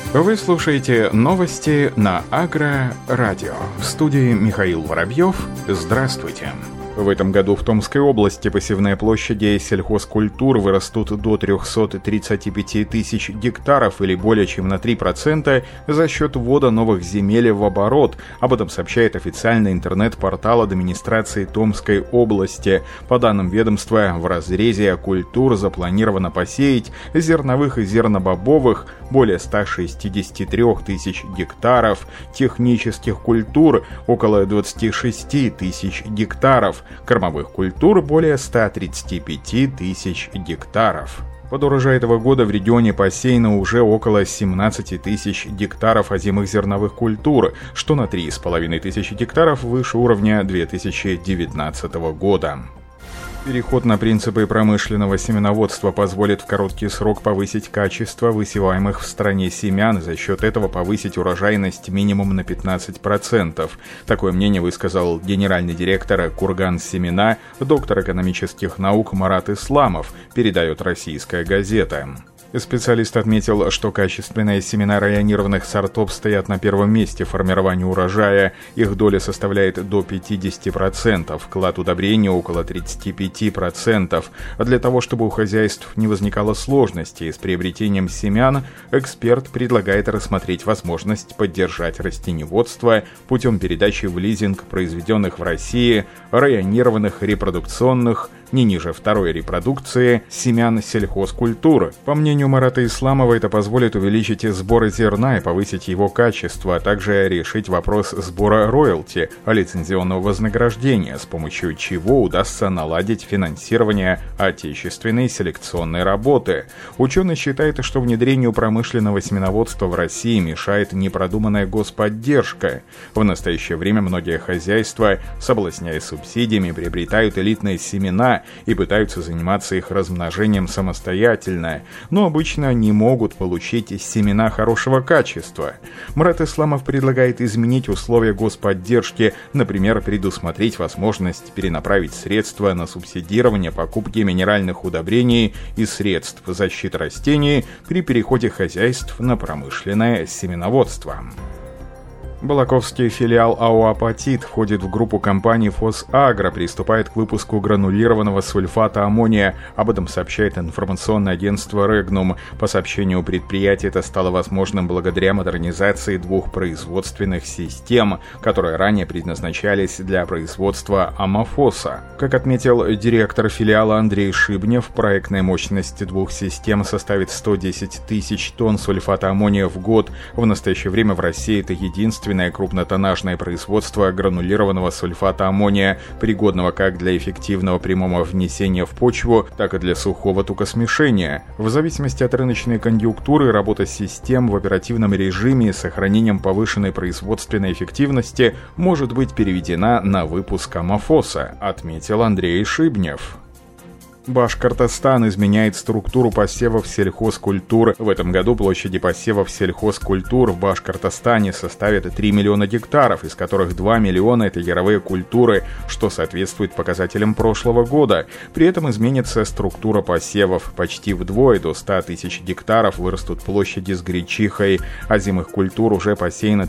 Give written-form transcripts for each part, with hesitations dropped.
Вы слушаете новости на Агро-радио. В студии Михаил Воробьев. Здравствуйте. В этом году в Томской области посевные площади сельхозкультур вырастут до 335 тысяч гектаров или более чем на 3% за счет ввода новых земель в оборот. Об этом сообщает официальный интернет-портал администрации Томской области. По данным ведомства, в разрезе культур запланировано посеять зерновых и зернобобовых более 163 тысяч гектаров, технических культур около 26 тысяч гектаров, кормовых культур более 135 тысяч гектаров. Под урожай этого года в регионе посеяно уже около 17 тысяч гектаров озимых зерновых культур, что на 3,5 тысячи гектаров выше уровня 2019 года. Переход на принципы промышленного семеноводства позволит в короткий срок повысить качество высеваемых в стране семян и за счет этого повысить урожайность минимум на 15%. Такое мнение высказал генеральный директор «Курган-Семена», доктор экономических наук Марат Исламов, передает «Российская газета». Специалист отметил, что качественные семена районированных сортов стоят на первом месте в формировании урожая. Их доля составляет до 50%, вклад удобрения около 35%. А для того, чтобы у хозяйств не возникало сложностей с приобретением семян, эксперт предлагает рассмотреть возможность поддержать растениеводство путем передачи в лизинг произведенных в России районированных репродукционных не ниже второй репродукции семян сельхозкультур. По мнению Марата Исламова, это позволит увеличить сборы зерна и повысить его качество, а также решить вопрос сбора роялти, лицензионного вознаграждения, с помощью чего удастся наладить финансирование отечественной селекционной работы. Ученый считает, что внедрению промышленного семеноводства в России мешает непродуманная господдержка. В настоящее время многие хозяйства, соблазняясь субсидиями, приобретают элитные семена и пытаются заниматься их размножением самостоятельно, но обычно не могут получить семена хорошего качества. Марат Исламов предлагает изменить условия господдержки, например, предусмотреть возможность перенаправить средства на субсидирование покупки минеральных удобрений и средств защиты растений при переходе хозяйств на промышленное семеноводство. Балаковский филиал АО «Апатит» входит в группу компаний «Фосагро», приступает к выпуску гранулированного сульфата аммония. Об этом сообщает информационное агентство «Регнум». По сообщению предприятия, это стало возможным благодаря модернизации двух производственных систем, которые ранее предназначались для производства аммофоса. Как отметил директор филиала Андрей Шибнев, проектная мощность двух систем составит 110 тысяч тонн сульфата аммония в год. В настоящее время в России это единственное крупнотоннажное производство гранулированного сульфата аммония, пригодного как для эффективного прямого внесения в почву, так и для сухого токосмешения. В зависимости от рыночной конъюнктуры, работа систем в оперативном режиме с сохранением повышенной производственной эффективности может быть переведена на выпуск аммофоса, отметил Андрей Шибнев. Башкортостан изменяет структуру посевов сельхозкультур. В этом году площади посевов сельхозкультур в Башкортостане составят 3 миллиона гектаров, из которых 2 миллиона – это яровые культуры, что соответствует показателям прошлого года. При этом изменится структура посевов. Почти вдвое, до 100 тысяч гектаров, вырастут площади с гречихой. Озимых культур уже посеяно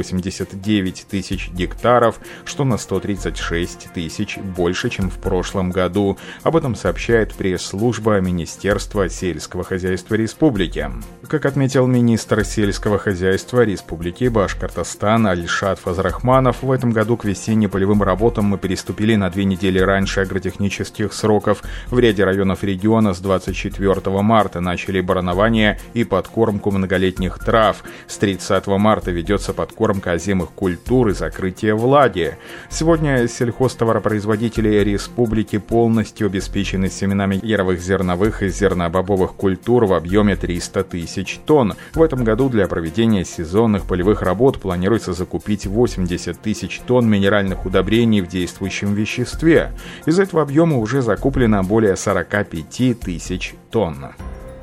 389 тысяч гектаров, что на 136 тысяч больше, чем в прошлом году. Об этом сообщает пресс-служба Министерства сельского хозяйства Республики. Как отметил министр сельского хозяйства Республики Башкортостан Альшат Фазрахманов, в этом году к весенне-полевым работам мы переступили на 2 недели раньше агротехнических сроков. В ряде районов региона с 24 марта начали баранование и подкормку многолетних трав. С 30 марта ведется подкормка озимых культур и закрытие влаги. Сегодня сельхозтоваропроизводители республики полностью обеспечены семенами яровых зерновых и зернобобовых культур в объеме 300 тысяч тонн. В этом году для проведения сезонных полевых работ планируется закупить 80 тысяч тонн минеральных удобрений в действующем веществе. Из этого объема уже закуплено более 45 тысяч тонн.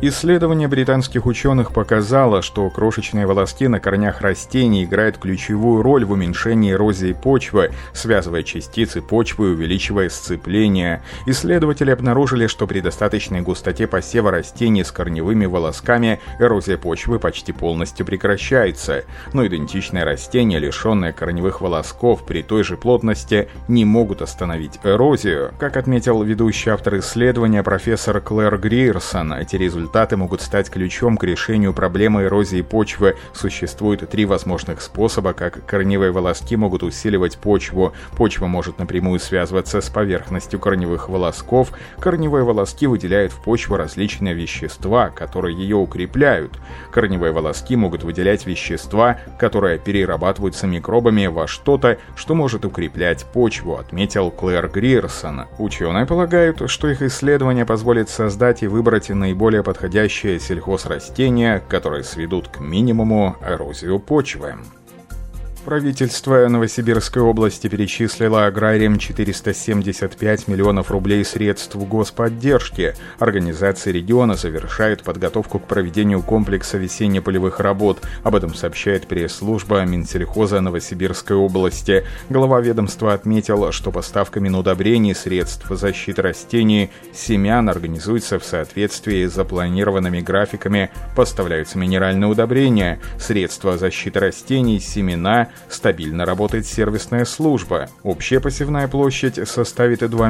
Исследование британских ученых показало, что крошечные волоски на корнях растений играют ключевую роль в уменьшении эрозии почвы, связывая частицы почвы и увеличивая сцепление. Исследователи обнаружили, что при достаточной густоте посева растений с корневыми волосками эрозия почвы почти полностью прекращается, но идентичные растения, лишенные корневых волосков при той же плотности, не могут остановить эрозию. Как отметил ведущий автор исследования профессор Клэр Грирсон, эти результаты могут стать ключом к решению проблемы эрозии почвы. Существует 3 возможных способа, как корневые волоски могут усиливать почву. Почва может напрямую связываться с поверхностью корневых волосков. Корневые волоски выделяют в почву различные вещества, которые ее укрепляют. Корневые волоски могут выделять вещества, которые перерабатываются микробами во что-то, что может укреплять почву, отметил Клэр Грирсон. Ученые полагают, что их исследование позволит создать и выбрать наиболее подходящие сельхозрастения, которые сведут к минимуму эрозию почвы. Правительство Новосибирской области перечислило аграриям 475 миллионов рублей средств господдержки. Организации региона завершают подготовку к проведению комплекса весенне-полевых работ. Об этом сообщает пресс-служба Минсельхоза Новосибирской области. Глава ведомства отметил, что поставка минудобрений, средств защиты растений, семян организуется в соответствии с запланированными графиками. Поставляются минеральные удобрения, средства защиты растений, семена. Стабильно работает сервисная служба. Общая посевная площадь составит 2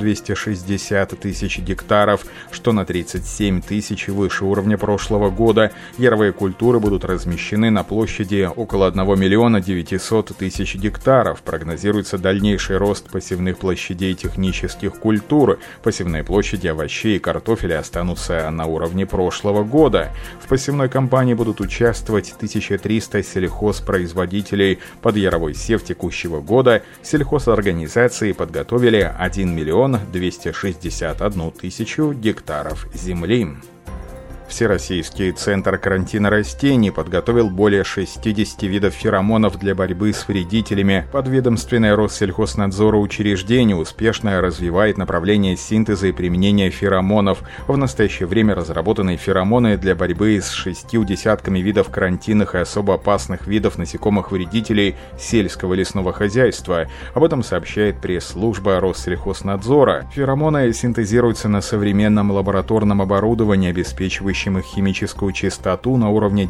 260 000 гектаров, что на 37 тысяч выше уровня прошлого года. Яровые культуры будут размещены на площади около 1 900 000 гектаров. Прогнозируется дальнейший рост посевных площадей технических культур. Посевные площади овощей и картофеля останутся на уровне прошлого года. В посевной кампании будут участвовать 1300 сельхозпроизводителей. Под яровой сев текущего года сельхозорганизации подготовили 1 261 000 гектаров земли. Всероссийский центр карантина растений подготовил более 60 видов феромонов для борьбы с вредителями. Подведомственное Россельхознадзору учреждение успешно развивает направление синтеза и применения феромонов. В настоящее время разработаны феромоны для борьбы с 6 десятками видов карантинных и особо опасных видов насекомых-вредителей сельского лесного хозяйства. Об этом сообщает пресс-служба Россельхознадзора. Феромоны синтезируются на современном лабораторном оборудовании, обеспечивающем их химическую чистоту на уровне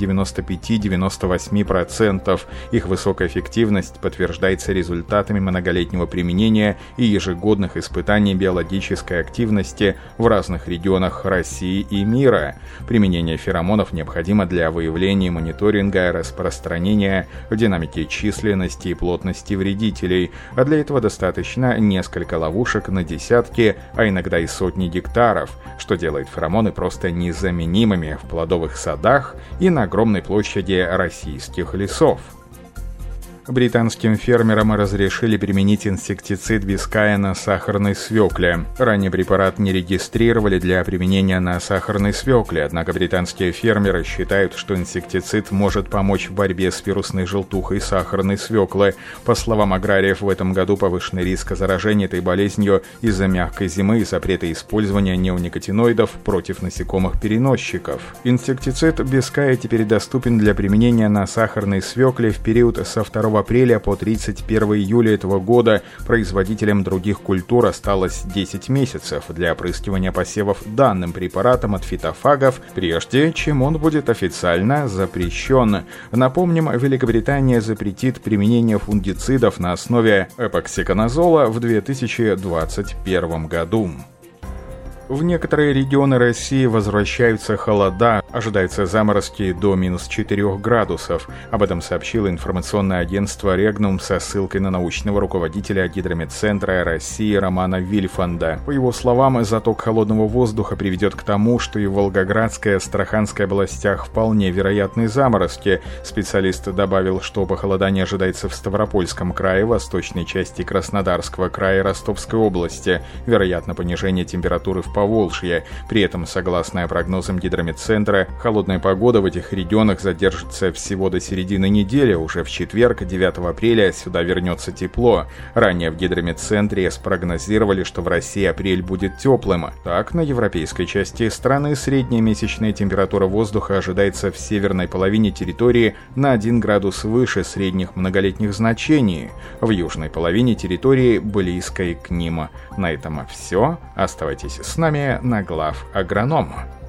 95-98%. Их высокая эффективность подтверждается результатами многолетнего применения и ежегодных испытаний биологической активности в разных регионах России и мира. Применение феромонов необходимо для выявления и мониторинга распространения динамики численности и плотности вредителей, а для этого достаточно несколько ловушек на десятки, а иногда и сотни гектаров, что делает феромоны просто незаменимыми в плодовых садах и на огромной площади российских лесов. Британским фермерам разрешили применить инсектицид Биская на сахарной свекле. Ранее препарат не регистрировали для применения на сахарной свекле, однако британские фермеры считают, что инсектицид может помочь в борьбе с вирусной желтухой сахарной свеклы. По словам аграриев, в этом году повышенный риск заражения этой болезнью из-за мягкой зимы и запрета использования неоникотиноидов против насекомых-переносчиков. Инсектицид Биская теперь доступен для применения на сахарной свекле в период со 2 апреля по 31 июля этого года. Производителям других культур осталось 10 месяцев для опрыскивания посевов данным препаратом от фитофагов, прежде чем он будет официально запрещен. Напомним, Великобритания запретит применение фунгицидов на основе эпоксиконазола в 2021 году. В некоторые регионы России возвращаются холода, ожидаются заморозки до -4 градусов. Об этом сообщило информационное агентство «Регнум» со ссылкой на научного руководителя Гидрометцентра России Романа Вильфанда. По его словам, заток холодного воздуха приведет к тому, что и в Волгоградской и Астраханской областях вполне вероятны заморозки. Специалист добавил, что похолодание ожидается в Ставропольском крае, восточной части Краснодарского края и Ростовской области. Вероятно понижение температуры в Поволжья. При этом, согласно прогнозам Гидрометцентра, холодная погода в этих регионах задержится всего до середины недели. Уже в четверг, 9 апреля, сюда вернется тепло. Ранее в Гидрометцентре спрогнозировали, что в России апрель будет теплым. Так, на европейской части страны средняя месячная температура воздуха ожидается в северной половине территории на 1 градус выше средних многолетних значений, в южной половине территории близкой к ним. На этом все. Оставайтесь с нами на Глав Агронома.